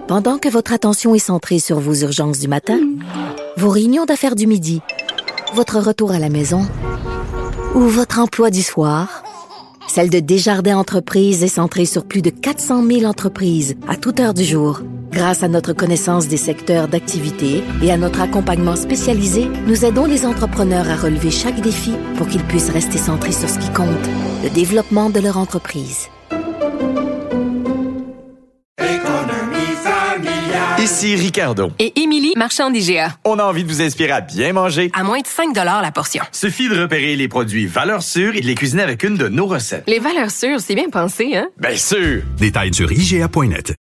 Pendant que votre attention est centrée sur vos urgences du matin, vos réunions d'affaires du midi, votre retour à la maison ou votre emploi du soir, celle de Desjardins Entreprises est centrée sur plus de 400 000 entreprises à toute heure du jour. Grâce à notre connaissance des secteurs d'activité et à notre accompagnement spécialisé, nous aidons les entrepreneurs à relever chaque défi pour qu'ils puissent rester centrés sur ce qui compte, le développement de leur entreprise. Ici Ricardo. Et Émilie, marchand d'IGA. On a envie de vous inspirer à bien manger. À moins de 5 $ la portion. Suffit de repérer les produits valeurs sûres et de les cuisiner avec une de nos recettes. Les valeurs sûres, c'est bien pensé, hein? Bien sûr! Détails sur IGA.net.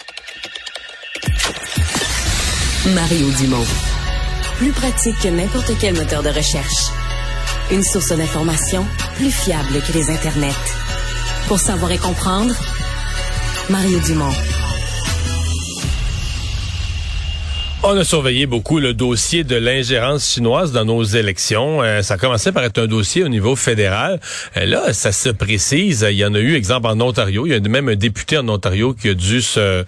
Mario Dumont. Plus pratique que n'importe quel moteur de recherche. Une source d'information plus fiable que les internets. Pour savoir et comprendre, Mario Dumont. On a surveillé beaucoup le dossier de l'ingérence chinoise dans nos élections. Ça commençait par être un dossier au niveau fédéral. Là, ça se précise. Il y en a eu, exemple, en Ontario. Il y a même un député en Ontario qui a dû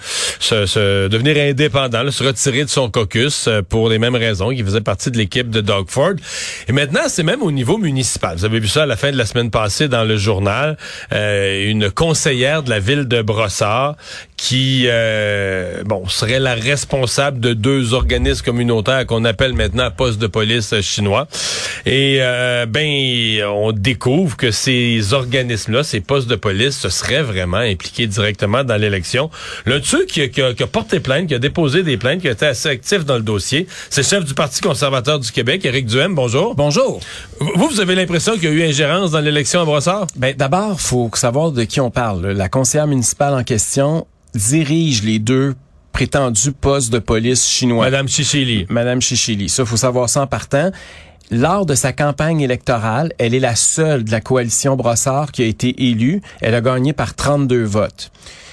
se devenir indépendant, là, se retirer de son caucus pour les mêmes raisons, qui faisait partie de l'équipe de Doug Ford. Et maintenant, c'est même au niveau municipal. Vous avez vu ça à la fin de la semaine passée dans le journal. Une conseillère de la ville de Brossard qui serait la responsable de deux organismes communautaires qu'on appelle maintenant postes de police chinois. Et on découvre que ces organismes-là, ces postes de police, se seraient vraiment impliqués directement dans l'élection. L'un de ceux qui a porté plainte, qui a déposé des plaintes, qui a été assez actif dans le dossier, c'est le chef du Parti conservateur du Québec, Éric Duhaime. Bonjour. Bonjour. Vous avez l'impression qu'il y a eu ingérence dans l'élection à Brossard? D'abord, faut savoir de qui on parle. La conseillère municipale en question dirige les deux prétendus postes de police chinois. Madame Chichili. Ça, faut savoir ça en partant. Lors de sa campagne électorale, elle est la seule de la coalition Brossard qui a été élue. Elle a gagné par 32 votes.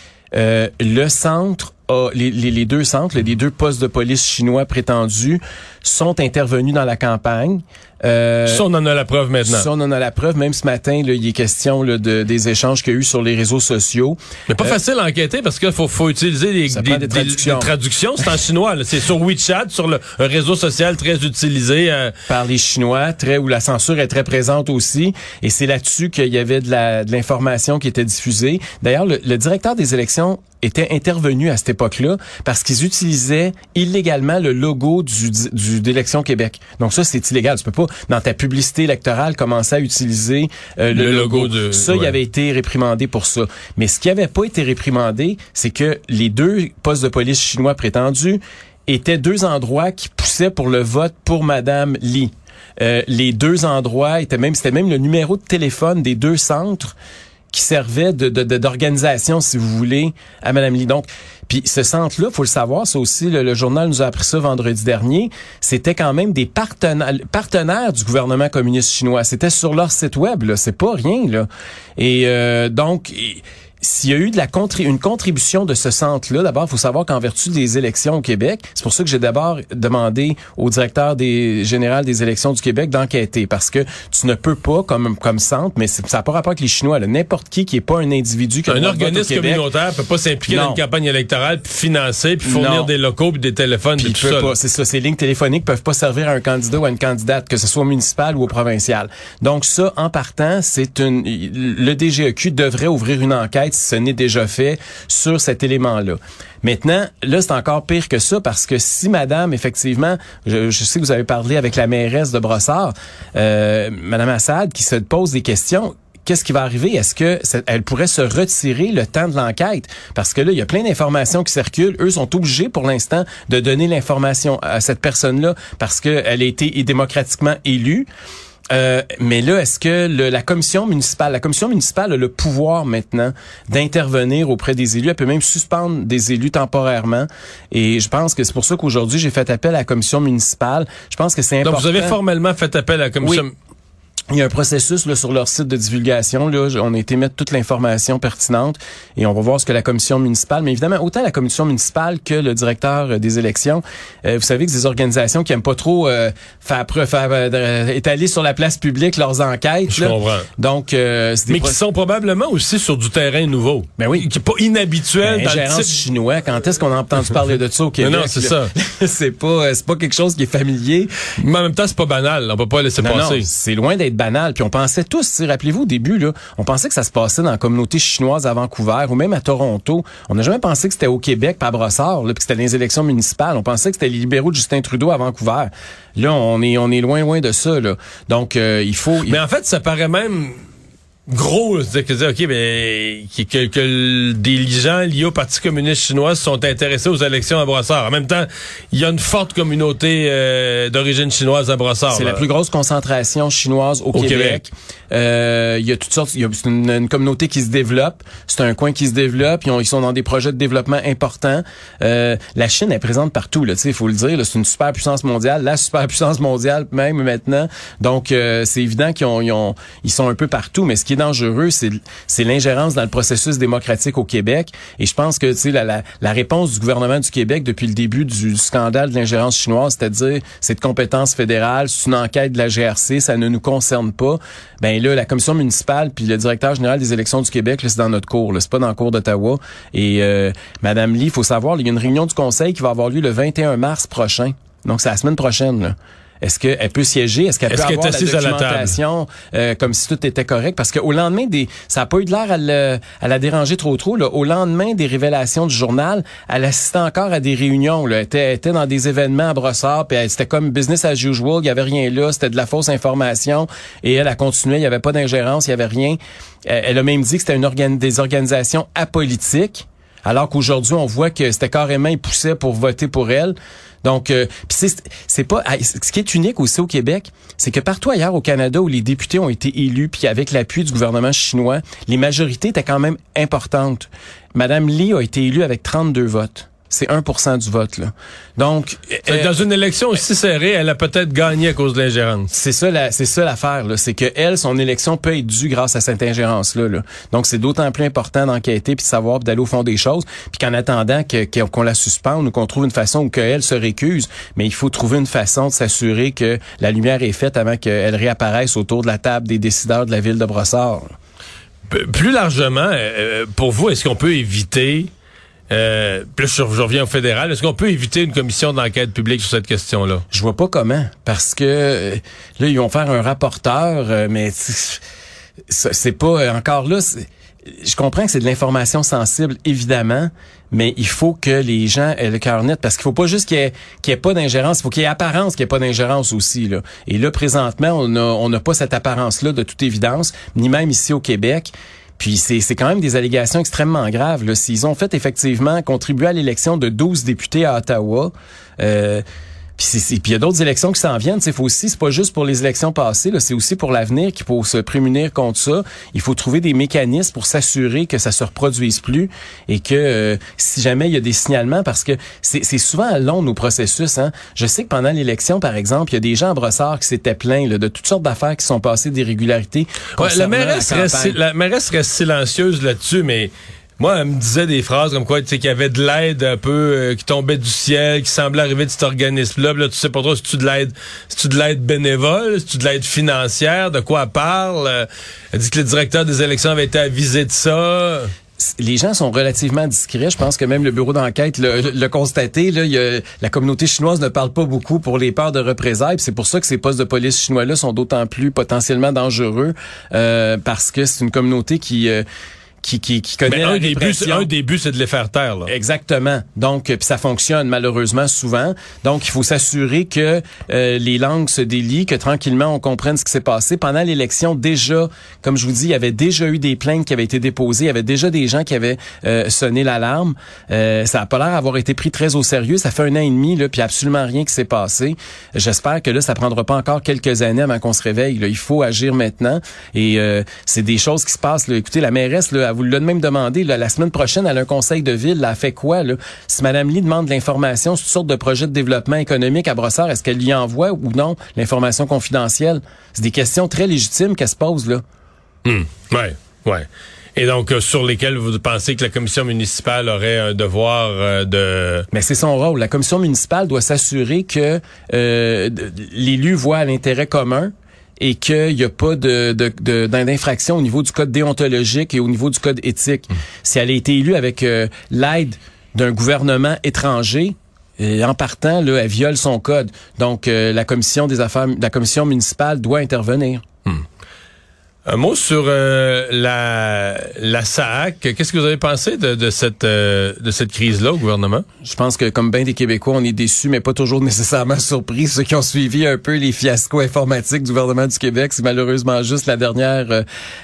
Le centre les deux centres, les deux postes de police chinois prétendus sont intervenus dans la campagne. Ça, on en a la preuve maintenant. Ça, on en a la preuve. Même ce matin, là, il est question là, des échanges qu'il y a eu sur les réseaux sociaux. Mais pas facile à enquêter parce qu'il faut utiliser des traductions. C'est en chinois. Là. C'est sur WeChat, sur un réseau social très utilisé. Par les Chinois, où la censure est très présente aussi. Et c'est là-dessus qu'il y avait de l'information qui était diffusée. D'ailleurs, le directeur des élections était intervenu à cette époque-là parce qu'ils utilisaient illégalement le logo d'Élections Québec. Donc ça, c'est illégal. Tu peux pas, dans ta publicité électorale, commencer à utiliser le logo. Il avait été réprimandé pour ça. Mais ce qui avait pas été réprimandé, c'est que les deux postes de police chinois prétendus étaient deux endroits qui poussaient pour le vote pour Madame Li. Les deux endroits c'était même le numéro de téléphone des deux centres qui servait d'organisation, si vous voulez, à Madame Li. Donc, puis ce centre-là, faut le savoir, ça aussi, le journal nous a appris ça vendredi dernier, c'était quand même des partenaires du gouvernement communiste chinois. C'était sur leur site web, là, c'est pas rien, là. Et donc, s'il y a eu une contribution de ce centre-là, d'abord, il faut savoir qu'en vertu des élections au Québec, c'est pour ça que j'ai d'abord demandé au directeur général des élections du Québec d'enquêter, parce que tu ne peux pas, comme centre, mais ça n'a pas rapport avec les Chinois, là, n'importe qui est pas un individu qui a un organisme communautaire peut pas s'impliquer dans une campagne électorale, puis financer, puis fournir des locaux, puis des téléphones, puis tout ça. C'est ça, ces lignes téléphoniques peuvent pas servir à un candidat ou à une candidate, que ce soit municipal ou au provincial. Donc ça, en partant, le DGEQ devrait ouvrir une enquête, si ce n'est déjà fait, sur cet élément-là. Maintenant, là, c'est encore pire que ça, parce que si madame, effectivement, je sais que vous avez parlé avec la mairesse de Brossard, madame Assad, qui se pose des questions, qu'est-ce qui va arriver? Est-ce que elle pourrait se retirer le temps de l'enquête? Parce que là, il y a plein d'informations qui circulent. Eux sont obligés pour l'instant de donner l'information à cette personne-là parce qu'elle a été démocratiquement élue. Mais là, est-ce que la commission municipale a le pouvoir maintenant d'intervenir auprès des élus? Elle peut même suspendre des élus temporairement. Et je pense que c'est pour ça qu'aujourd'hui, j'ai fait appel à la commission municipale. Je pense que c'est important. Donc, vous avez formellement fait appel à la commission... Il y a un processus là, sur leur site de divulgation. Là, on a été mettre toute l'information pertinente et on va voir ce que la commission municipale, mais évidemment, autant la commission municipale que le directeur des élections, vous savez que c'est des organisations qui aiment pas trop étaler sur la place publique leurs enquêtes. Je là. comprends. Donc, c'est des mais qui sont probablement aussi sur du terrain nouveau. Ben oui. Qui est pas inhabituel dans le ingérence type... chinois. Quand est-ce qu'on a entendu parler de ça au Québec? Non, c'est ça. c'est pas quelque chose qui est familier. Mais en même temps, c'est pas banal. On peut pas laisser passer. Non, c'est loin d'être banal. Puis on pensait tous, rappelez-vous au début, là, on pensait que ça se passait dans la communauté chinoise à Vancouver ou même à Toronto. On n'a jamais pensé que c'était au Québec, pas à Brossard, là, puis que c'était les élections municipales. On pensait que c'était les libéraux de Justin Trudeau à Vancouver. Là, on est loin de ça. Là. Donc, il faut... Mais en fait, ça paraît même... gros, c'est-à-dire que, OK, mais que des gens liés au Parti communiste chinois sont intéressés aux élections à Brossard. En même temps, il y a une forte communauté d'origine chinoise à Brossard. C'est la plus grosse concentration chinoise au Québec. Il y a toutes sortes, c'est une communauté qui se développe, c'est un coin qui se développe, ils sont dans des projets de développement importants. La Chine est présente partout, là, tu sais, il faut le dire, là, c'est une superpuissance mondiale, la superpuissance mondiale même maintenant. Donc c'est évident ils sont un peu partout, mais ce qui est dangereux, c'est l'ingérence dans le processus démocratique au Québec. Et je pense que, tu sais, la réponse du gouvernement du Québec depuis le début du scandale de l'ingérence chinoise, c'est-à-dire c'est de compétence fédérale, c'est une enquête de la GRC, ça ne nous concerne pas. Ben là, la commission municipale puis le directeur général des élections du Québec, là, c'est dans notre cour, là, c'est pas dans le cour d'Ottawa. Et Madame Lee, il faut savoir, il y a une réunion du conseil qui va avoir lieu le 21 mars prochain. Donc c'est la semaine prochaine, là. Est-ce qu'elle peut siéger? Est-ce qu'elle peut avoir la documentation comme si tout était correct? Parce qu'au lendemain ça n'a pas eu de l'air à la déranger trop, là. Au lendemain des révélations du journal, elle assistait encore à des réunions, là. Elle était dans des événements à Brossard, puis c'était comme business as usual. Il y avait rien là. C'était de la fausse information. Et elle a continué. Il y avait pas d'ingérence. Il y avait rien. Elle a même dit que c'était des organisations apolitiques. Alors qu'aujourd'hui, on voit que c'était carrément, ils poussaient pour voter pour elle. Donc, c'est pas. Ce qui est unique aussi au Québec, c'est que partout ailleurs au Canada où les députés ont été élus, puis avec l'appui du gouvernement chinois, les majorités étaient quand même importantes. Madame Lee a été élue avec 32 votes. C'est 1% du vote, là. Donc, dans une élection aussi serrée, elle a peut-être gagné à cause de l'ingérence. C'est ça l'affaire, là. C'est que elle, son élection peut être due grâce à cette ingérence-là, là. Donc, c'est d'autant plus important d'enquêter puis de savoir, puis d'aller au fond des choses. Puis qu'en attendant qu'on la suspende ou qu'on trouve une façon où qu'elle se récuse, mais il faut trouver une façon de s'assurer que la lumière est faite avant qu'elle réapparaisse autour de la table des décideurs de la ville de Brossard. Plus largement, pour vous, est-ce qu'on peut éviter... plus je reviens au fédéral. Est-ce qu'on peut éviter une commission d'enquête publique sur cette question-là? Je vois pas comment. Parce que là, ils vont faire un rapporteur, mais c'est pas... Encore là, je comprends que c'est de l'information sensible, évidemment, mais il faut que les gens aient le cœur net, parce qu'il faut pas juste qu'il y ait pas d'ingérence, il faut qu'il y ait apparence qu'il n'y ait pas d'ingérence aussi, là. Et là, présentement, on n'a pas cette apparence-là de toute évidence, ni même ici au Québec. Puis c'est quand même des allégations extrêmement graves, là. S'ils ont fait effectivement contribuer à l'élection de 12 députés à Ottawa, puis il y a d'autres élections qui s'en viennent. Faut aussi, c'est pas juste pour les élections passées, là, c'est aussi pour l'avenir qu'il faut se prémunir contre ça. Il faut trouver des mécanismes pour s'assurer que ça se reproduise plus et que si jamais il y a des signalements, parce que c'est souvent long nos processus. Hein. Je sais que pendant l'élection, par exemple, il y a des gens à Brossard qui s'étaient plaints là, de toutes sortes d'affaires qui sont passées, d'irrégularités. Ouais, la mairesse reste silencieuse là-dessus, mais... Moi, elle me disait des phrases comme quoi, tu sais, qu'il y avait de l'aide un peu qui tombait du ciel, qui semblait arriver de cet organisme-là. Là, tu sais pas trop, c'est-tu de l'aide bénévole, c'est-tu de l'aide financière, de quoi elle parle. Elle dit que le directeur des élections avait été avisé de ça. Les gens sont relativement discrets. Je pense que même le bureau d'enquête l'a constaté. Là, la communauté chinoise ne parle pas beaucoup pour les peurs de représailles. C'est pour ça que ces postes de police chinois-là sont d'autant plus potentiellement dangereux parce que c'est une communauté qui connaît la répression. Un des buts, c'est de les faire taire, là. Exactement. Donc, puis ça fonctionne malheureusement souvent. Donc, il faut s'assurer que les langues se délient, que tranquillement on comprenne ce qui s'est passé. Pendant l'élection, déjà, comme je vous dis, il y avait déjà eu des plaintes qui avaient été déposées. Il y avait déjà des gens qui avaient sonné l'alarme. Ça a pas l'air d'avoir été pris très au sérieux. Ça fait 1 an et demi, là, puis absolument rien qui s'est passé. J'espère que là, ça prendra pas encore quelques années avant qu'on se réveille. Là. Il faut agir maintenant. Et c'est des choses qui se passent. Là. Écoutez, la mairesse, là, vous l'a même demandé. Là, la semaine prochaine, elle a un conseil de ville. Là, elle fait quoi? Là? Si Mme Lee demande de l'information sur toutes sortes de projets de développement économique à Brossard, est-ce qu'elle lui envoie ou non l'information confidentielle? C'est des questions très légitimes qu'elle se pose, là. Ouais. Et donc, sur lesquels vous pensez que la commission municipale aurait un devoir de... Mais c'est son rôle. La commission municipale doit s'assurer que l'élu voit l'intérêt commun et qu'il n'y a pas d'infraction au niveau du code déontologique et au niveau du code éthique. Si elle a été élue avec l'aide d'un gouvernement étranger, en partant, là, elle viole son code. Donc, la commission municipale doit intervenir. Un mot sur la SAAC. Qu'est-ce que vous avez pensé de cette crise-là au gouvernement? Je pense que, comme bien des Québécois, on est déçus, mais pas toujours nécessairement surpris. Ceux qui ont suivi un peu les fiascos informatiques du gouvernement du Québec, c'est malheureusement juste la dernière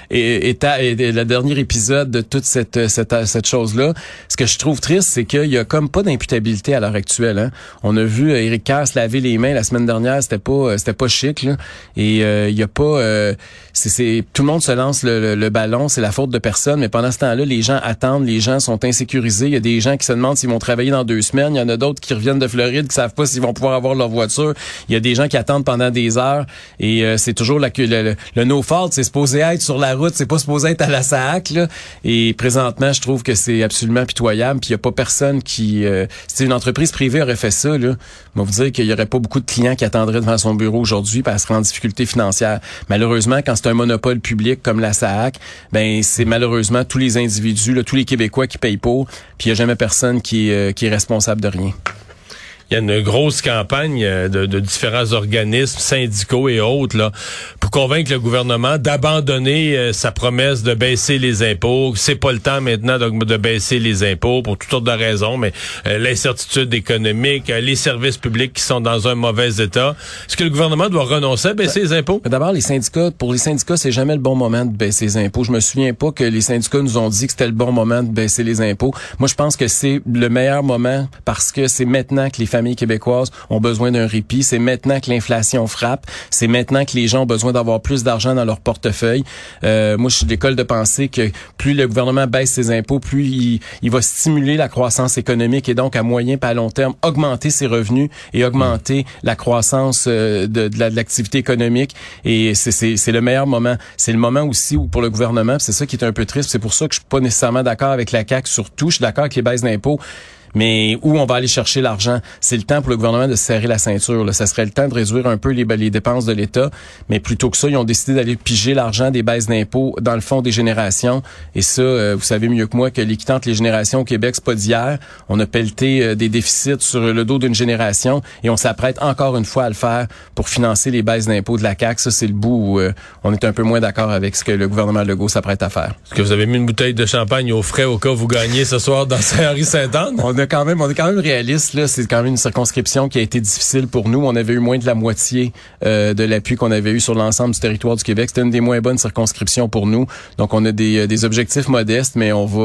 le dernier épisode de toute cette chose-là. Ce que je trouve triste, c'est qu'il y a comme pas d'imputabilité à l'heure actuelle. Hein. On a vu Éric Kerr se laver les mains la semaine dernière, c'était pas chic, là. Et il y a pas tout le monde se lance le ballon, c'est la faute de personne, mais pendant ce temps-là, les gens attendent, les gens sont insécurisés. Il y a des gens qui se demandent s'ils vont travailler dans 2 semaines. Il y en a d'autres qui reviennent de Floride, qui savent pas s'ils vont pouvoir avoir leur voiture. Il y a des gens qui attendent pendant des heures. Et c'est toujours le no fault, c'est supposé être sur la route, c'est pas supposé être à la SAAC, là. Et présentement, je trouve que c'est absolument pitoyable. Puis il y a pas personne qui... si une entreprise privée aurait fait ça, là, on va vous dire qu'il y aurait pas beaucoup de clients qui attendraient devant son bureau aujourd'hui parce qu'elle serait en difficulté financière. Malheureusement, quand c'est un monopole public comme la SAAC, ben c'est malheureusement tous les individus, là, tous les Québécois qui payent pour, puis il y a jamais personne qui est responsable de rien. Il y a une grosse campagne de différents organismes syndicaux et autres là pour convaincre le gouvernement d'abandonner sa promesse de baisser les impôts. C'est pas le temps maintenant de baisser les impôts pour toutes sortes de raisons, mais l'incertitude économique, les services publics qui sont dans un mauvais état. Est-ce que le gouvernement doit renoncer à baisser les impôts? D'abord, pour les syndicats, c'est jamais le bon moment de baisser les impôts. Je me souviens pas que les syndicats nous ont dit que c'était le bon moment de baisser les impôts. Moi, je pense que c'est le meilleur moment parce que c'est maintenant que les familles québécoises ont besoin d'un répit. C'est maintenant que l'inflation frappe. C'est maintenant que les gens ont besoin d'avoir plus d'argent dans leur portefeuille. Moi, je suis de l'école de penser que plus le gouvernement baisse ses impôts, plus il va stimuler la croissance économique et donc à moyen et à long terme augmenter ses revenus et augmenter la croissance de l'activité économique. Et c'est le meilleur moment. C'est le moment aussi où pour le gouvernement, c'est ça qui est un peu triste. C'est pour ça que je suis pas nécessairement d'accord avec la CAQ surtout. Je suis d'accord avec les baisses d'impôts. Mais où on va aller chercher l'argent? C'est le temps pour le gouvernement de se serrer la ceinture. Là. Ça serait le temps de réduire un peu les dépenses de l'État. Mais plutôt que ça, ils ont décidé d'aller piger l'argent des baisses d'impôts dans le fonds des générations. Et ça, vous savez mieux que moi que l'équité entre les générations au Québec, c'est pas d'hier. On a pelleté des déficits sur le dos d'une génération et on s'apprête encore une fois à le faire pour financer les baisses d'impôts de la CAQ. Ça, c'est le bout où on est un peu moins d'accord avec ce que le gouvernement Legault s'apprête à faire. Est-ce que vous avez mis une bouteille de champagne au frais au cas où vous gagnez ce soir dans Saint-Henri-Sainte-Anne? On est quand même réaliste, là. C'est quand même une circonscription qui a été difficile pour nous. On avait eu moins de la moitié de l'appui qu'on avait eu sur l'ensemble du territoire du Québec. C'était une des moins bonnes circonscriptions pour nous. Donc, on a des objectifs modestes, mais on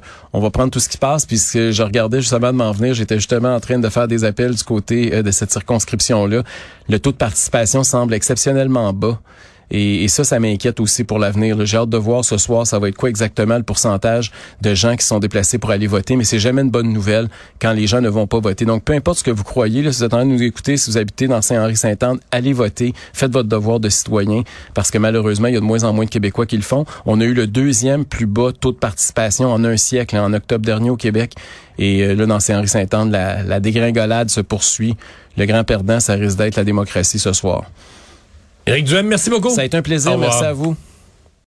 va prendre tout ce qui passe. Puis, ce que je regardais justement de m'en venir, j'étais justement en train de faire des appels du côté de cette circonscription-là. Le taux de participation semble exceptionnellement bas. Et ça m'inquiète aussi pour l'avenir. J'ai hâte de voir ce soir, ça va être quoi exactement le pourcentage de gens qui sont déplacés pour aller voter, mais c'est jamais une bonne nouvelle quand les gens ne vont pas voter. Donc, peu importe ce que vous croyez, là, si vous êtes en train de nous écouter, si vous habitez dans Saint-Henri-Sainte-Anne, allez voter, faites votre devoir de citoyen, parce que malheureusement, il y a de moins en moins de Québécois qui le font. On a eu le 2e plus bas taux de participation en un siècle, en octobre dernier au Québec. Et là, dans Saint-Henri-Sainte-Anne, la dégringolade se poursuit. Le grand perdant, ça risque d'être la démocratie ce soir. Éric Duhem, merci beaucoup. Ça a été un plaisir. Merci à vous.